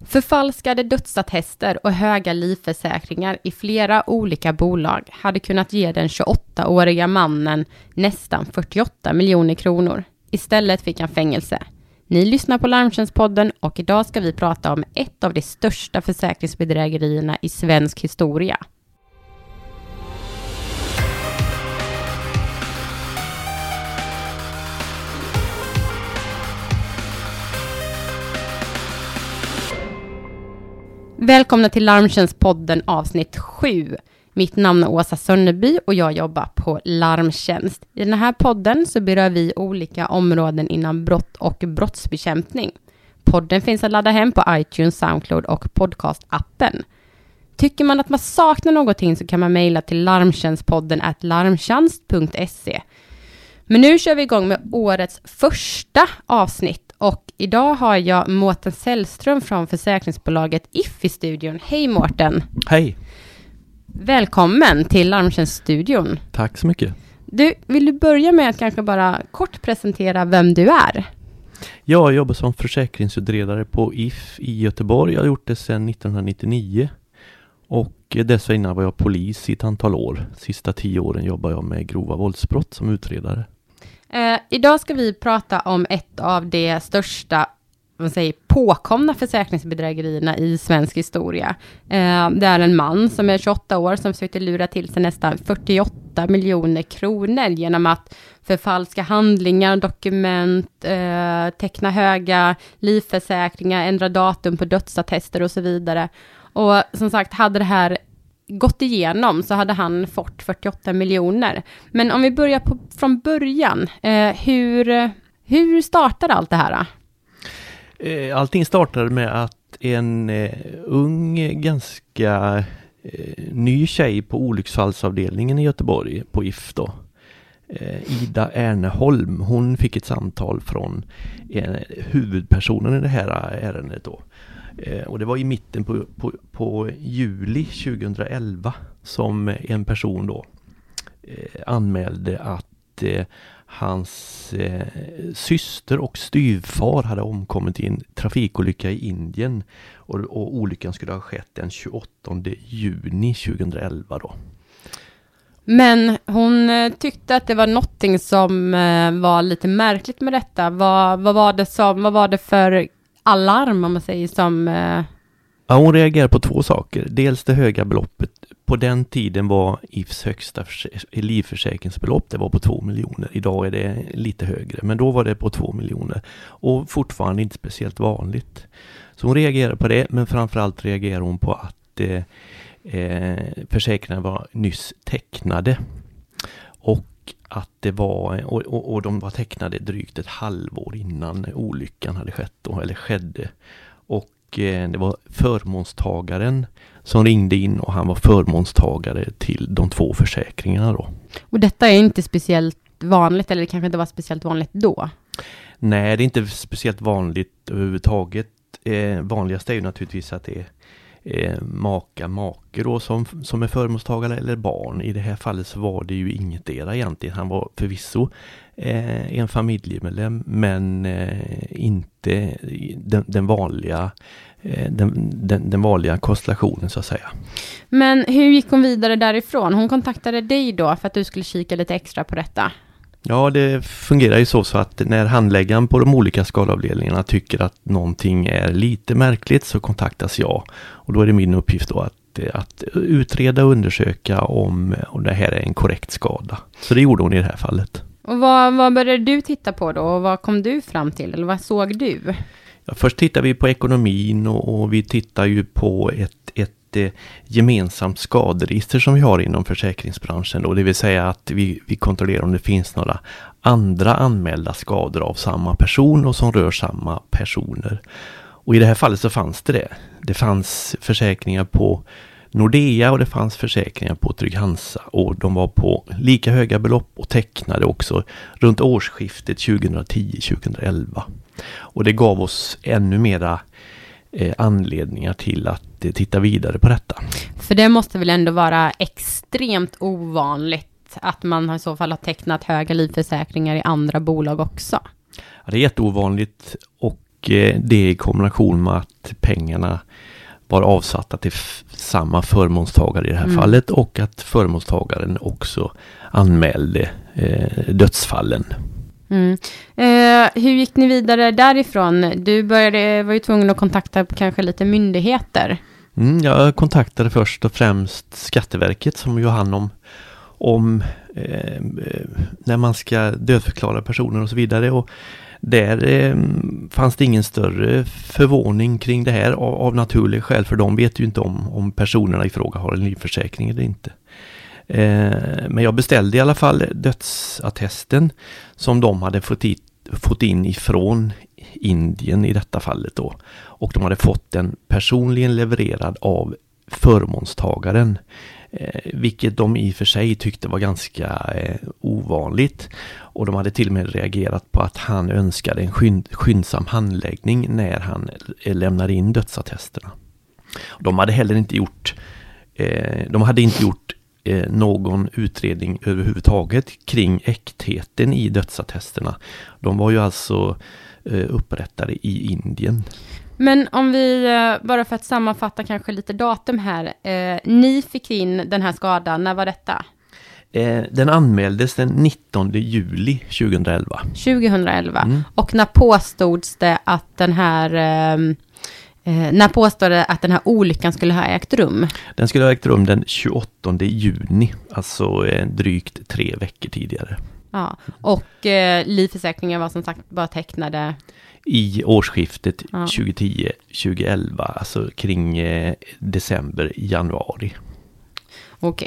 Förfalskade dödsattester och höga livförsäkringar i flera olika bolag hade kunnat ge den 28-åriga mannen nästan 48 miljoner kronor. Istället fick han fängelse. Ni lyssnar på Larmtjänstpodden och idag ska vi prata om ett av de största försäkringsbedrägerierna i svensk historia. Välkomna till Larmtjänstpodden avsnitt 7. Mitt namn är Åsa Sönneby och jag jobbar på Larmtjänst. I den här podden så berör vi olika områden inom brott och brottsbekämpning. Podden finns att ladda hem på iTunes, Soundcloud och podcastappen. Tycker man att man saknar någonting så kan man mejla till larmtjänstpodden@larmtjänst.se. Men nu kör vi igång med årets första avsnitt. Och idag har jag Mårten Sällström från försäkringsbolaget If i studion. Hej Mårten! Hej! Välkommen till Larmtjänststudion. Tack så mycket. Vill du börja med att kanske bara kort presentera vem du är? Jag jobbar som försäkringsutredare på If i Göteborg. Jag har gjort det sedan 1999. Och dessförinnan var jag polis i ett antal år. Sista 10 åren jobbar jag med grova våldsbrott som utredare. Idag ska vi prata om ett av de största påkomna försäkringsbedrägerierna i svensk historia. Det är en man som är 28 år som försökte lura till sig nästan 48 miljoner kronor genom att förfalska handlingar, dokument, teckna höga livförsäkringar, ändra datum på dödsattester och så vidare. Och som sagt, hade det här gått igenom så hade han fått 48 miljoner. Men om vi börjar från början, hur startade allt det här? Allting startade med att en ung, ganska ny tjej på olycksfallsavdelningen i Göteborg på If då, Ida Erneholm, hon fick ett samtal från huvudpersonen i det här ärendet då. Och det var i mitten på juli 2011 som en person då anmälde att hans syster och styvfar hade omkommit i en trafikolycka i Indien och olyckan skulle ha skett den 28 juni 2011 då. Men hon tyckte att det var någonting som var lite märkligt med detta. Vad var det för alarm om man säger som... Ja, hon reagerar på 2 saker. Dels det höga beloppet. På den tiden var Ifs högsta livförsäkringsbelopp, det var på 2 miljoner. Idag är det lite högre, men då var det på 2 miljoner. Och fortfarande inte speciellt vanligt. Så hon reagerar på det, men framförallt reagerar hon på att försäkringarna var nyss tecknade. Och att det var, och de var tecknade drygt ett halvår innan olyckan hade skett då, eller skedde. Och det var förmånstagaren som ringde in och han var förmånstagare till de 2 försäkringarna då. Och detta är inte speciellt vanligt, eller det kanske inte var speciellt vanligt då? Nej, det är inte speciellt vanligt överhuvudtaget. Vanligast är ju naturligtvis att det är make då som är förmånstagare eller barn. I det här fallet så var det ju ingetdera egentligen. Han var förvisso en familjemedlem, men inte den vanliga konstellationen så att säga. Men hur gick hon vidare därifrån? Hon kontaktade dig då för att du skulle kika lite extra på detta. Ja, det fungerar ju så att när handläggaren på de olika skalavdelningarna tycker att någonting är lite märkligt så kontaktas jag. Och då är det min uppgift då att utreda och undersöka om det här är en korrekt skada. Så det gjorde hon i det här fallet. Och vad började du titta på då? Och vad kom du fram till? Eller vad såg du? Ja, först tittar vi på ekonomin och vi tittar ju på ett gemensamt skaderegister som vi har inom försäkringsbranschen då, det vill säga att vi kontrollerar om det finns några andra anmälda skador av samma person och som rör samma personer. Och i det här fallet så fanns det. Det fanns försäkringar på Nordea och det fanns försäkringar på Trygg-Hansa och de var på lika höga belopp och tecknade också runt årsskiftet 2010-2011. Och det gav oss ännu mera anledningar till att titta vidare på detta. För det måste väl ändå vara extremt ovanligt att man i så fall har tecknat höga livförsäkringar i andra bolag också? Ja, det är jätteovanligt och det i kombination med att pengarna var avsatta till samma förmånstagare i det här fallet och att förmånstagaren också anmälde dödsfallen. Hur gick ni vidare därifrån? Du var ju tvungen att kontakta kanske lite myndigheter. Jag kontaktade först och främst Skatteverket som ju har hand om när man ska dödförklara personer och så vidare. Och där fanns det ingen större förvåning kring det här av naturliga skäl, för de vet ju inte om personerna i fråga har en livförsäkring eller inte. Men jag beställde i alla fall dödsattesten som de hade fått in ifrån Indien i detta fallet då. Och de hade fått den personligen levererad av förmånstagaren. Vilket de i och för sig tyckte var ganska ovanligt. Och de hade till och med reagerat på att han önskade en skyndsam handläggning när han lämnade in dödsattesterna. De hade heller inte gjort någon utredning överhuvudtaget kring äktheten i dödsattesterna. De var ju alltså upprättade i Indien. Men om vi, bara för att sammanfatta kanske lite datum här. Ni fick in den här skadan, när var detta? Den anmäldes den 19 juli 2011. 2011. Och när påstods det att den här... När påstår det att den här olyckan skulle ha ägt rum? Den skulle ha ägt rum den 28 juni, alltså drygt 3 veckor tidigare. Ja, och livförsäkringen var som sagt bara tecknade... I årsskiftet 2010-2011, alltså kring december, januari. Okej.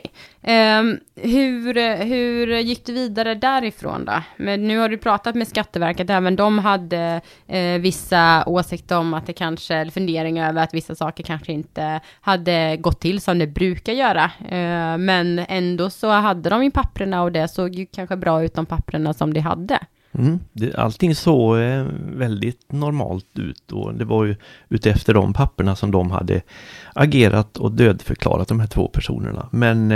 Hur gick du vidare därifrån då? Men nu har du pratat med Skatteverket, även de hade vissa åsikter om att det kanske, eller funderingar över att vissa saker kanske inte hade gått till som det brukar göra. Men ändå så hade de ju papperna och det såg ju kanske bra ut, de papperna som de hade. Allting såg väldigt normalt ut och det var ju utefter de papperna som de hade agerat och dödförklarat de här 2 personerna. Men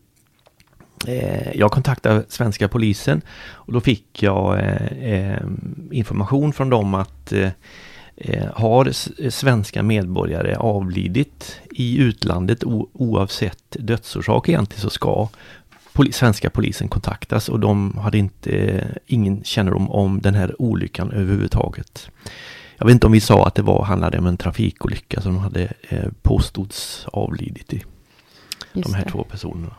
jag kontaktade svenska polisen och då fick jag information från dem att har svenska medborgare avlidit i utlandet oavsett dödsorsak egentligen, så ska svenska polisen kontaktas, och de hade ingen kännedom om den här olyckan överhuvudtaget. Jag vet inte om vi sa att det handlade om en trafikolycka som de hade påstods avlidit i. Just de här 2 personerna.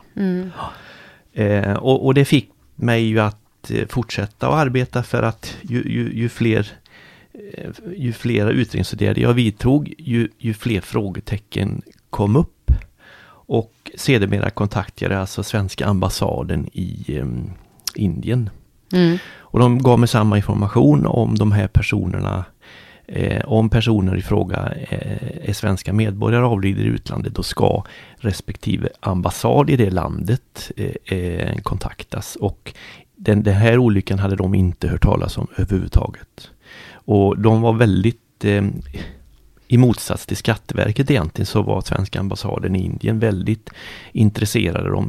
Och det fick mig ju att fortsätta att arbeta för att ju fler utredningsåtgärder jag vidtog, ju fler frågetecken kom upp. Och sedermera kontaktade jag alltså svenska ambassaden i Indien. Och de gav mig samma information om de här personerna. Om personer i fråga är svenska medborgare avlider i utlandet, då ska respektive ambassad i det landet kontaktas. Och den här olyckan hade de inte hört talas om överhuvudtaget. Och de var väldigt... I motsats till Skatteverket egentligen, så var svenska ambassaden i Indien väldigt intresserade.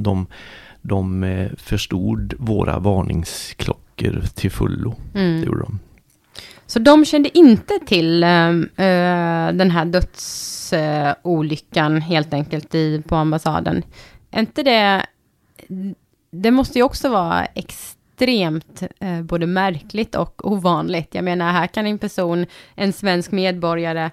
De förstod våra varningsklockor till fullo. Det gjorde de. Så de kände inte till den här dödsolyckan helt enkelt på ambassaden. Inte det måste ju också vara extremt både märkligt och ovanligt. Jag menar, här kan en svensk medborgare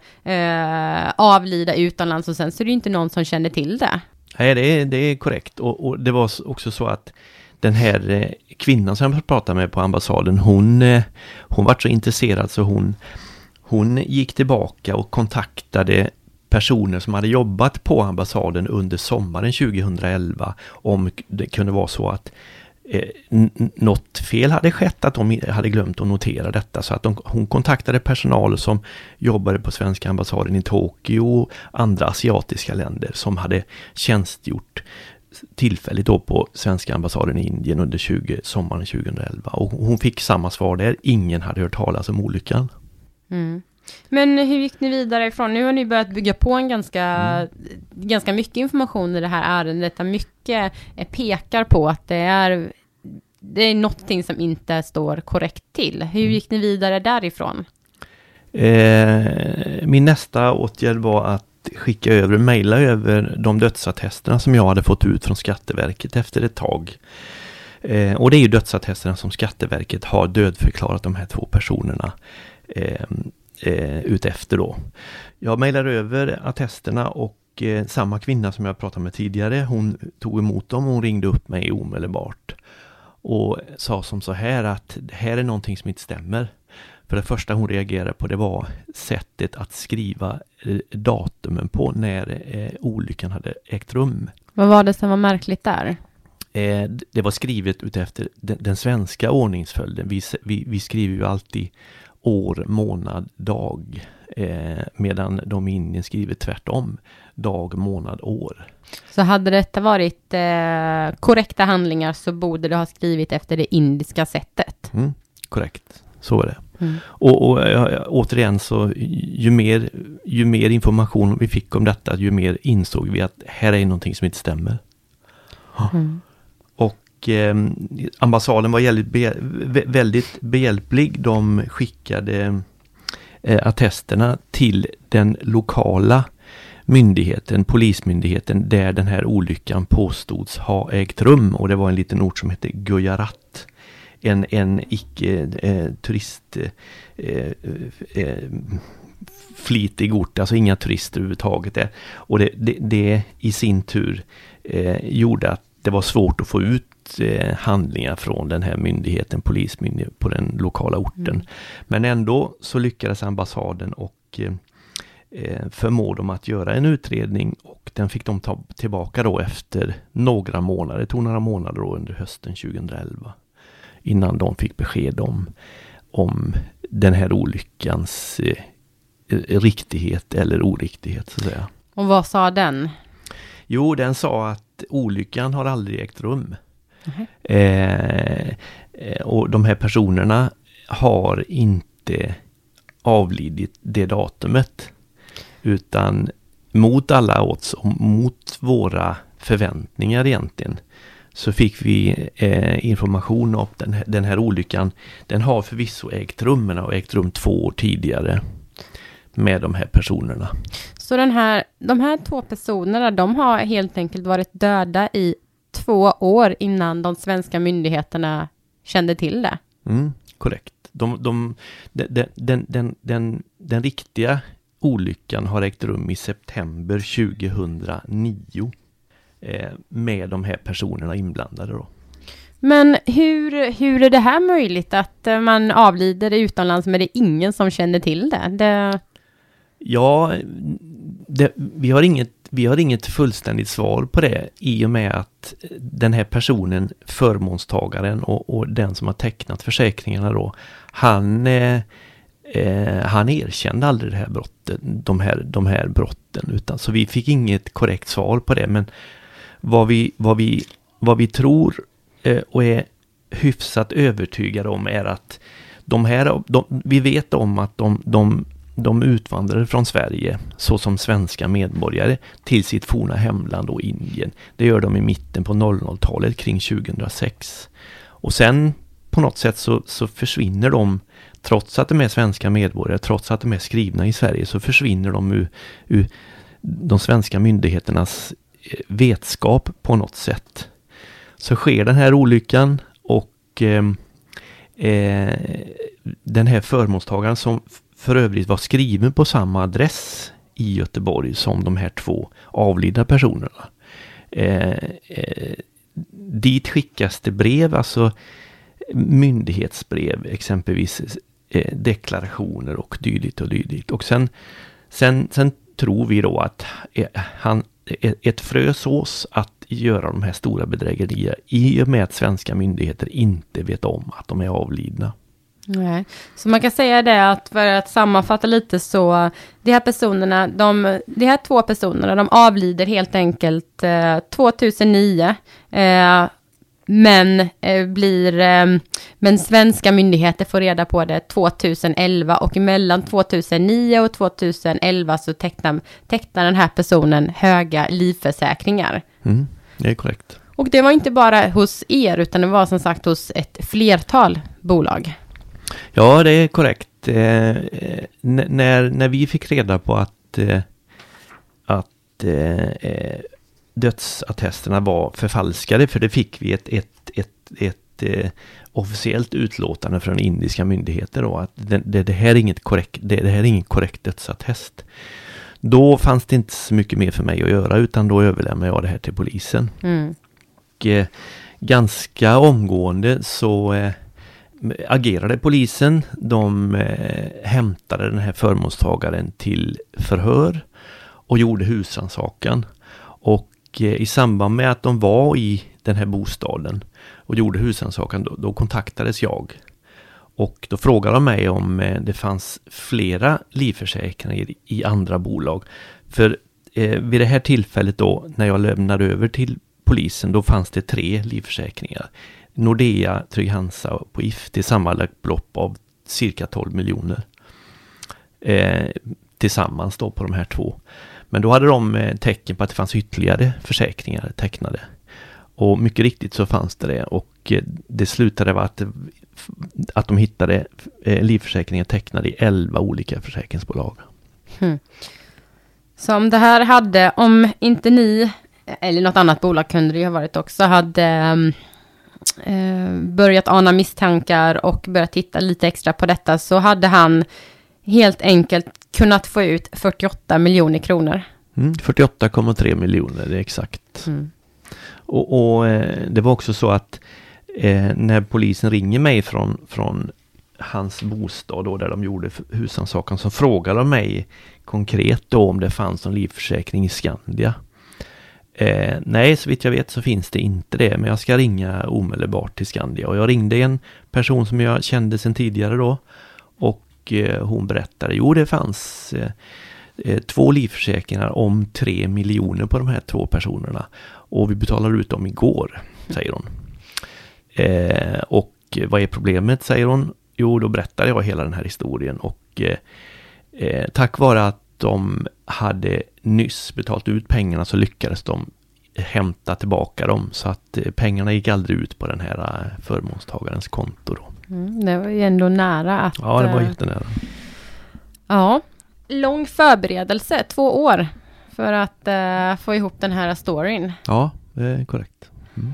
avlida utomlands och sen så är det inte någon som känner till det. Nej, det är korrekt. Och det var också så att den här kvinnan som jag pratade med på ambassaden, hon var så intresserad så hon gick tillbaka och kontaktade personer som hade jobbat på ambassaden under sommaren 2011 om det kunde vara så att något fel hade skett, att de hade glömt att notera detta, så att hon kontaktade personal som jobbade på svenska ambassaden i Tokyo och andra asiatiska länder som hade tjänstgjort tillfälligt då på svenska ambassaden i Indien under sommaren 2011, och hon fick samma svar där. Ingen hade hört talas om olyckan. Men hur gick ni vidare ifrån? Nu har ni börjat bygga på en ganska mycket information i det här ärendet, där mycket pekar på att det är någonting som inte står korrekt till. Hur gick ni vidare därifrån? Min nästa åtgärd var att mejla över de dödsattesterna som jag hade fått ut från Skatteverket efter ett tag. Och det är ju dödsattesterna som Skatteverket har dödförklarat de här 2 personerna utefter då. Jag mejlar över attesterna och samma kvinna som jag pratade med tidigare, hon tog emot dem och hon ringde upp mig omedelbart och sa som så här att här är någonting som inte stämmer. För det första hon reagerade på det var sättet att skriva datumen på när olyckan hade ägt rum. Vad var det som var märkligt där? Det var skrivet utefter den svenska ordningsföljden. Vi skriver ju alltid år, månad, dag. Medan de i Indien skriver tvärtom. Dag, månad, år. Så hade detta varit korrekta handlingar så borde du ha skrivit efter det indiska sättet. Korrekt, så var det. Och återigen så ju mer information vi fick om detta, ju mer insåg vi att här är någonting som inte stämmer. Och ambassaden var väldigt behjälplig. De skickade attesterna till den lokala myndigheten, polismyndigheten, där den här olyckan påstods ha ägt rum. Och det var en liten ort som hette Gujarat. En icke-turist flitig ort, alltså inga turister överhuvudtaget där. Och det i sin tur gjorde att det var svårt att få ut handlingar från den här myndigheten, polismyndigheten på den lokala orten. Men ändå så lyckades ambassaden och förmå dem att göra en utredning och den fick de ta tillbaka då efter några månader. Det tog några månader då under hösten 2011 innan de fick besked om den här olyckans riktighet eller oriktighet så att säga. Och vad sa den? Jo, den sa att olyckan har aldrig ägt rum. Och de här personerna har inte avlidit det datumet utan mot alla odds och mot våra förväntningar egentligen så fick vi information om den här olyckan. Den har förvisso ägt rum, men har ägt rum 2 år tidigare med de här personerna. Så de här 2 personerna, de har helt enkelt varit döda i 2 år innan de svenska myndigheterna kände till det? Korrekt. Den riktiga olyckan har ägt rum i september 2009 med de här personerna inblandade då. Men hur är det här möjligt att man avlider utomlands men det är ingen som känner till det? Ja, vi har inget fullständigt svar på det i och med att den här personen, förmånstagaren och den som har tecknat försäkringarna då, han erkände aldrig det här brottet, de här brotten, utan så vi fick inget korrekt svar på det. Men vad vi tror och är hyfsat övertygade om är att vi vet om att de utvandrade från Sverige så som svenska medborgare till sitt forna hemland och Indien. Det gör de i mitten på 00-talet kring 2006. Och sen på något sätt så försvinner de, trots att de är svenska medborgare, trots att de är skrivna i Sverige, så försvinner de ur de svenska myndigheternas vetskap på något sätt. Så sker den här olyckan och den här förmånstagaren som för övrigt var skriven på samma adress i Göteborg som de här 2 avlidna personerna. Dit skickas det brev, alltså myndighetsbrev, exempelvis deklarationer och dylikt. Och sen tror vi då att ett frö sås att göra de här stora bedrägerierna i och med att svenska myndigheter inte vet om att de är avlidna. Nej. Så man kan säga det att för att sammanfatta lite så de här 2 personerna de avlider helt enkelt 2009 men svenska myndigheter får reda på det 2011 och mellan 2009 och 2011 så tecknar den här personen höga livförsäkringar. Det är korrekt. Och det var inte bara hos er utan det var som sagt hos ett flertal bolag. Ja, det är korrekt. när vi fick reda på att dödsattesterna var förfalskade, för det fick vi ett officiellt utlåtande från indiska myndigheter då, att det här är ingen korrekt dödsattest. Då fanns det inte så mycket mer för mig att göra, utan då överlämnade jag det här till polisen. Och ganska omgående så agerade polisen. De hämtade den här förmånstagaren till förhör och gjorde husrannsakan. Och i samband med att de var i den här bostaden och gjorde husrannsakan, då kontaktades jag. Och då frågade de mig om det fanns flera livförsäkringar i andra bolag. För vid det här tillfället då, när jag lämnade över till polisen, då fanns det 3 livförsäkringar. Nordea, Trygg-Hansa på If till sammanlagt belopp av cirka 12 miljoner. Tillsammans då på de här 2. Men då hade de tecken på att det fanns ytterligare försäkringar tecknade. Och mycket riktigt så fanns det. Och det slutade med att de hittade livförsäkringar tecknade i 11 olika försäkringsbolag. Så om det här hade, om inte ni eller något annat bolag kunde det ju ha varit också, hade börjat ana misstankar och börjat titta lite extra på detta, så hade han helt enkelt kunnat få ut 48 miljoner kronor. 48,3 miljoner, det är exakt. Och det var också så att när polisen ringer mig från hans bostad då, där de gjorde husrannsakan, så frågade de mig konkret då om det fanns någon livförsäkring i Skandia. Nej, så vitt jag vet så finns det inte det, men jag ska ringa omedelbart till Skandia. Och jag ringde en person som jag kände sedan tidigare då, och hon berättade, jo det fanns 2 livförsäkringar om 3 miljoner på de här 2 personerna. Och vi betalade ut dem igår, säger hon. Och vad är problemet, säger hon? Jo, då berättade jag hela den här historien. Och tack vare att de hade nyss betalt ut pengarna så lyckades de hämta tillbaka dem. Så att pengarna gick aldrig ut på den här förmånstagarens konto då. Det var ju ändå nära att... Ja, det var jättenära. Ja, lång förberedelse, 2 år för att få ihop den här storyn. Ja, det är korrekt.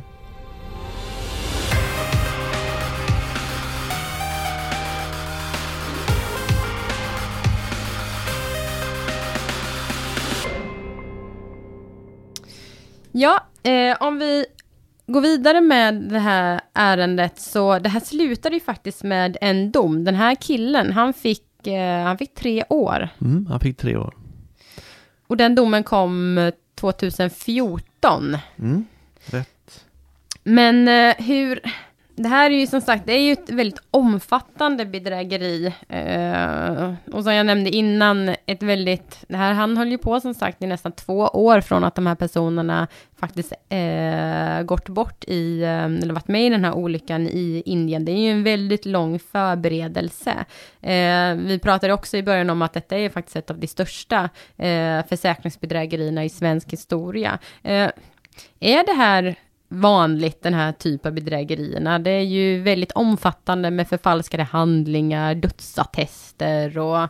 Ja, om vi går vidare med det här ärendet, så det här slutade ju faktiskt med en dom. Den här killen, han fick 3 år. Han fick 3 år. Och den domen kom 2014. Rätt. Men hur... Det här är ju som sagt, det är ju ett väldigt omfattande bedrägeri. Och som jag nämnde innan, det här, han höll ju på som sagt i nästan 2 år från att de här personerna faktiskt gått bort eller varit med i den här olyckan i Indien. Det är ju en väldigt lång förberedelse. Vi pratade också i början om att detta är faktiskt ett av de största försäkringsbedrägerierna i svensk historia. Är det här vanligt, den här typen av bedrägerierna? Det är ju väldigt omfattande med förfalskade handlingar, dödsattester och...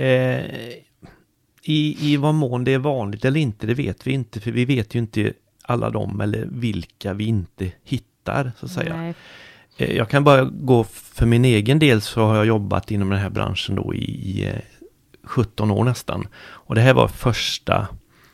I vad mån det är vanligt eller inte, det vet vi inte, för vi vet ju inte alla dem eller vilka vi inte hittar, så att säga. Nej. Jag kan bara gå för min egen del, så har jag jobbat inom den här branschen då i 17 år nästan. Och det här var första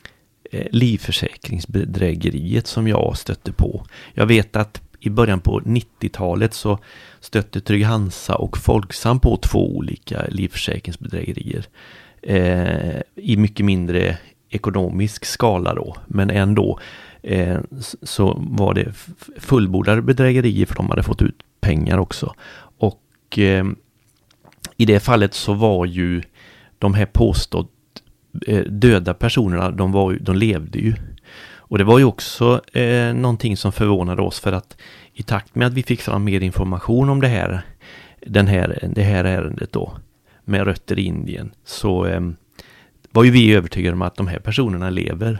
livförsäkringsbedrägeriet som jag stötte på. Jag vet att i början på 90-talet så stötte Trygg-Hansa och Folksam på 2 olika livförsäkringsbedrägerier. I mycket mindre ekonomisk skala då, men ändå så var det fullbordade bedrägerier, för de hade fått ut pengar också. Och i det fallet så var ju de här påstått döda personerna, de levde ju. Och det var ju också någonting som förvånade oss, för att i takt med att vi fick fram mer information om det här ärendet då, med rötter i Indien, så var ju vi övertygade om att de här personerna lever.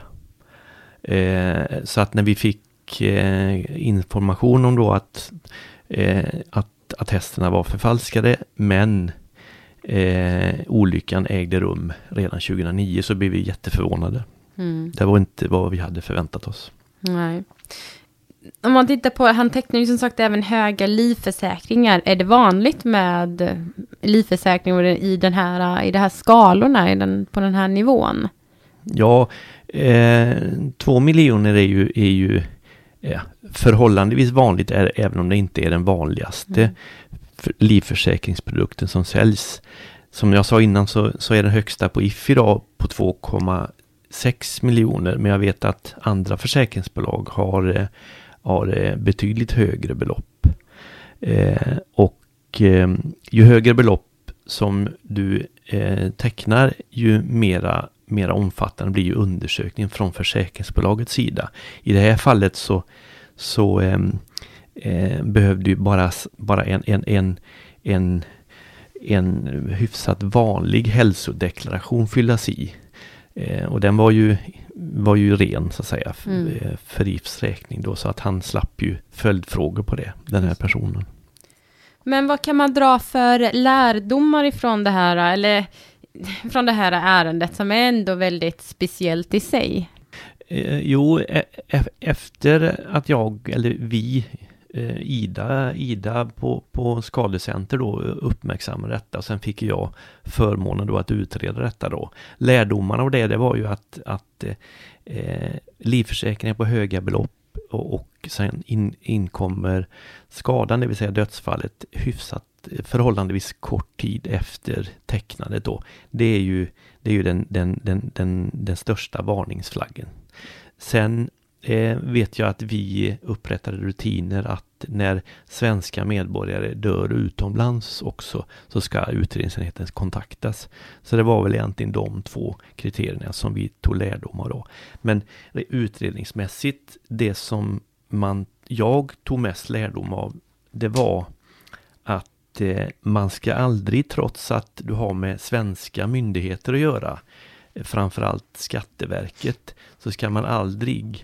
Så att när vi fick information om då att attesterna var förfalskade, men olyckan ägde rum redan 2009 så blev vi jätteförvånade. Det var inte vad vi hade förväntat oss. Nej. Om man tittar på, han tecknar ju som sagt även höga livförsäkringar. Är det vanligt med livförsäkringar i de här skalorna, på den här nivån? Ja, 2 miljoner är ju förhållandevis vanligt, även om det inte är den vanligaste livförsäkringsprodukten som säljs. Som jag sa innan så är den högsta på If idag på 2,6 miljoner, men jag vet att andra försäkringsbolag har betydligt högre belopp. Ju högre belopp som du tecknar, ju mera omfattande blir ju undersökningen från försäkringsbolagets sida. I det här fallet så behövde ju bara en hyfsat vanlig hälsodeklaration fyllas i. Och den var ju ren så att säga för Ifs räkning då, så att han slapp ju följdfrågor på det, den här personen. Men vad kan man dra för lärdomar ifrån det här, eller från det här ärendet som är ändå väldigt speciellt i sig? Efter att Ida på skadecenter då uppmärksammade detta, och sen fick jag förmånen då att utreda detta då. Lärdomarna av det var ju att livförsäkringen på höga belopp och sen inkommer skadan, det vill säga dödsfallet, hyfsat förhållandevis kort tid efter tecknandet då. Det är ju den största varningsflaggen. Sen vet jag att vi upprättade rutiner att när svenska medborgare dör utomlands också, så ska utredningsenheten kontaktas. Så det var väl egentligen de 2 kriterierna som vi tog lärdom av då. Men utredningsmässigt, det som jag tog mest lärdom av, det var att man ska aldrig, trots att du har med svenska myndigheter att göra, framförallt Skatteverket, så ska man aldrig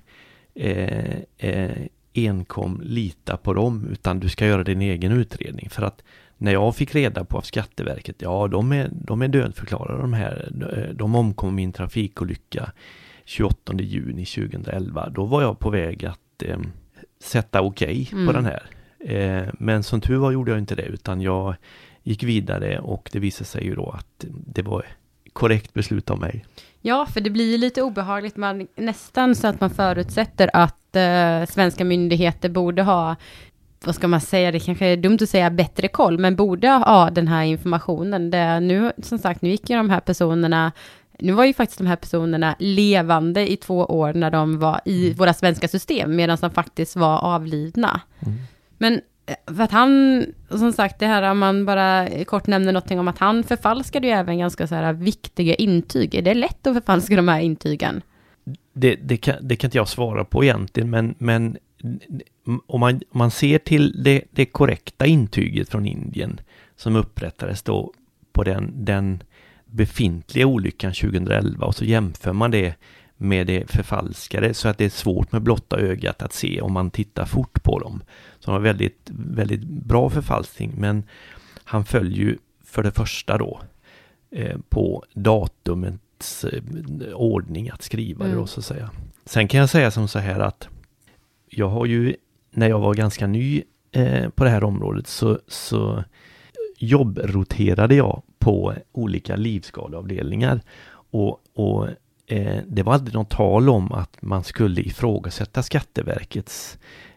enkom lita på dem, utan du ska göra din egen utredning. För att när jag fick reda på av Skatteverket, de är dödförklarade de här, de omkom i en trafikolycka 28 juni 2011, då var jag på väg att sätta okej på den här. Men som tur var gjorde jag inte det, utan jag gick vidare, och det visade sig ju då att det var korrekt beslut av mig. Ja, för det blir ju lite obehagligt, nästan så att man förutsätter att svenska myndigheter borde ha, vad ska man säga, det kanske är dumt att säga bättre koll, men borde ha den här informationen. Nu gick ju de här personerna, nu var ju faktiskt de här personerna levande i 2 år när de var i våra svenska system, medan de faktiskt var avlidna. Men för att han, som sagt, det här, om man bara kort nämner någonting om att han förfalskade ju även ganska så här viktiga intyg. Är det lätt att förfalska de här intygen? Det kan inte jag svara på egentligen, men om man ser till det korrekta intyget från Indien som upprättades då på den befintliga olyckan 2011, och så jämför man det med det förfalskade, så att det är svårt med blotta ögat att se om man tittar fort på dem. Så det var väldigt, väldigt bra förfalskning, men han följer ju för det första då på datumets ordning att skriva det då, så att säga. Sen kan jag säga som så här att jag har ju, när jag var ganska ny på det här området, så jobbroterade jag på olika livskadeavdelningar, och det var aldrig någon tal om att man skulle ifrågasätta Skatteverkets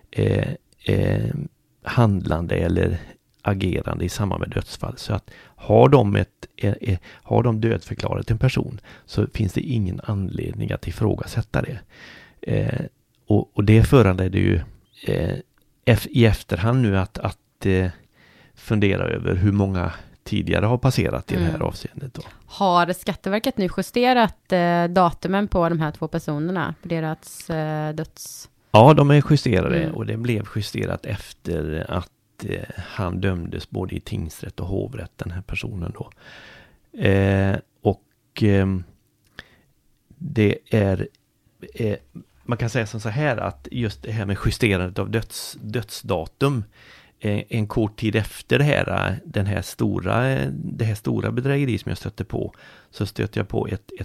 handlande eller agerande i samband med dödsfall. Så att har de dödförklarat en person, så finns det ingen anledning att ifrågasätta det. Och det föranledde ju i efterhand nu att fundera över hur många tidigare har passerat i det här avseendet då. Har Skatteverket nu justerat datumen på de här 2 personerna, på deras döds? Ja, de är justerade, och det blev justerat efter att han dömdes både i tingsrätt och hovrätt, den här personen då. Det är man kan säga som så här, att just det här med justerandet av dödsdatum, en kort tid efter det här stora bedrägeri som jag stötte på, så stötte jag på ett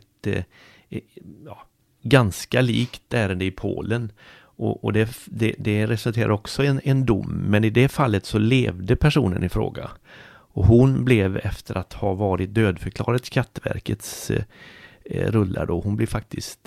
ganska likt ärende i Polen. Och det resulterar också i en dom, men i det fallet så levde personen i fråga. Och hon blev, efter att ha varit dödförklarad Skatteverkets rullar då, hon blev faktiskt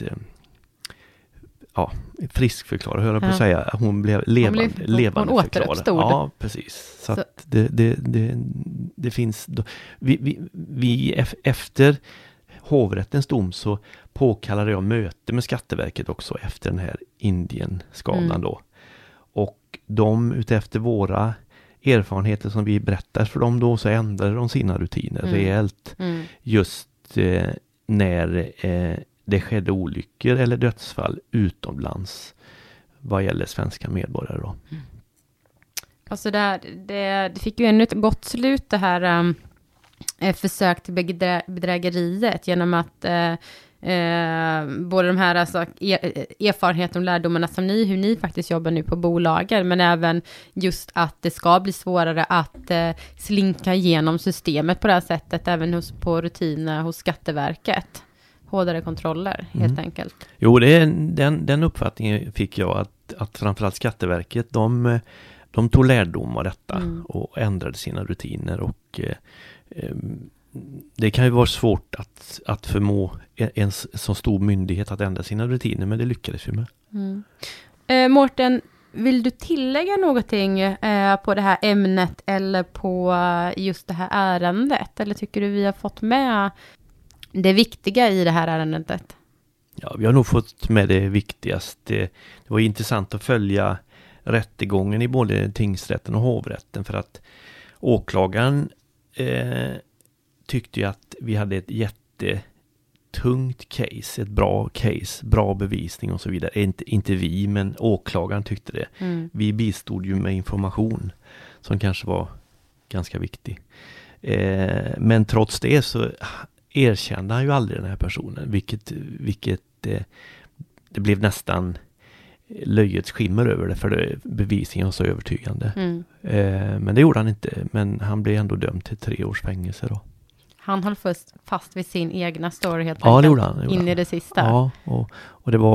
friskförklarad, höll jag på att säga. Hon blev levande hon återuppstod. Ja, precis. Så att det finns vi efter hovrättens dom så påkallade jag möte med Skatteverket också efter den här Indien-skadan då. Och de utefter våra erfarenheter som vi berättar för dem då, så ändrade de sina rutiner rejält. Just när det skedde olyckor eller dödsfall utomlands vad gäller svenska medborgare då. Alltså det fick ju ännu ett gott slut det här försök till bedrägeriet genom att både de här erfarenheter och lärdomarna som hur ni faktiskt jobbar nu på bolagen, men även just att det ska bli svårare att slinka igenom systemet på det här sättet, även på rutiner hos Skatteverket. Hårdare kontroller, helt enkelt. Jo, den uppfattningen fick jag att framförallt Skatteverket, de tog lärdom av detta och ändrade sina rutiner, och det kan ju vara svårt att förmå en så stor myndighet att ändra sina rutiner, men det lyckades vi med. Mårten, vill du tillägga någonting på det här ämnet eller på just det här ärendet? Eller tycker du vi har fått med det viktiga i det här ärendet? Ja, vi har nog fått med det viktigaste. Det var intressant att följa rättegången i både tingsrätten och hovrätten, för att åklagaren tyckte ju att vi hade ett jättetungt case, ett bra case, bra bevisning och så vidare. Inte vi, men åklagaren tyckte det. Vi bistod ju med information som kanske var ganska viktig. Men trots det så erkände han ju aldrig den här personen, vilket det blev nästan löjets skimmer över det, för bevisningen var så övertygande. Men det gjorde han inte, men han blev ändå dömd till 3 års fängelse då. Han höll fast vid sin egna story helt enkelt. Det gjorde han. In i det sista. Ja, och det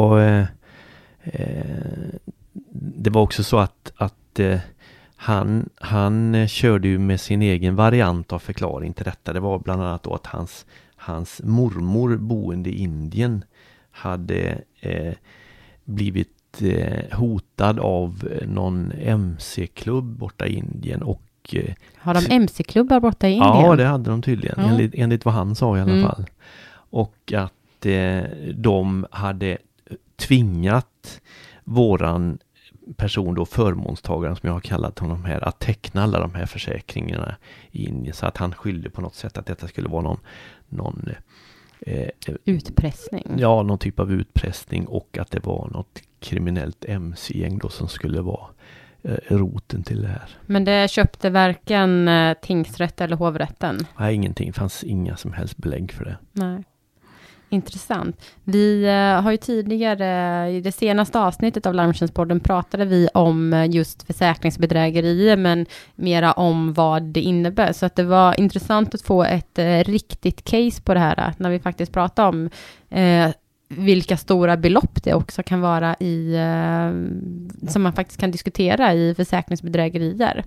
var också så att han körde ju med sin egen variant av förklaring till detta. Det var bland annat då att hans mormor boende i Indien hade blivit hotad av någon MC-klubb borta i Indien, och har de MC-klubbar borta i Indien? Ja, det hade de tydligen, enligt vad han sa i alla fall. Och att de hade tvingat våran person då, förmånstagaren som jag har kallat honom här, att teckna alla de här försäkringarna i Indien, så att han skyllde på något sätt att detta skulle vara någon utpressning. Ja, någon typ av utpressning, och att det var något kriminellt MC-gäng då som skulle vara roten till det här. Men det köpte varken tingsrätt eller hovrätten? Nej, ingenting. Det fanns inga som helst belägg för det. Nej. Intressant. Vi har ju tidigare, i det senaste avsnittet av Larmtjänstpodden pratade vi om just försäkringsbedrägerier, men mera om vad det innebär. Så att det var intressant att få ett riktigt case på det här, när vi faktiskt pratar om vilka stora belopp det också kan vara i som man faktiskt kan diskutera i försäkringsbedrägerier.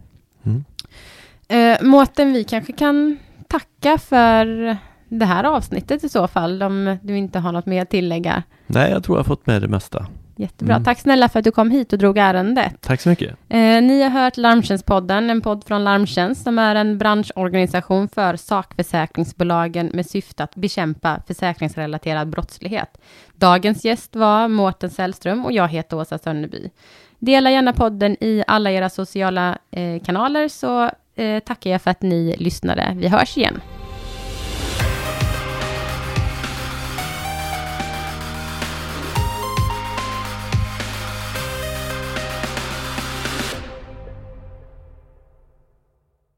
Mårten, vi kanske kan tacka för det här avsnittet i så fall, om du inte har något mer att tillägga. Nej, jag tror jag har fått med det mesta. Jättebra. Tack snälla för att du kom hit och drog ärendet. Tack så mycket. Ni har hört Larmtjänstpodden, en podd från Larmtjänst som är en branschorganisation för sakförsäkringsbolagen med syfte att bekämpa försäkringsrelaterad brottslighet. Dagens gäst var Mårten Sällström och jag heter Åsa Sönneby. Dela gärna podden i alla era sociala kanaler, så tackar jag för att ni lyssnade. Vi hörs igen.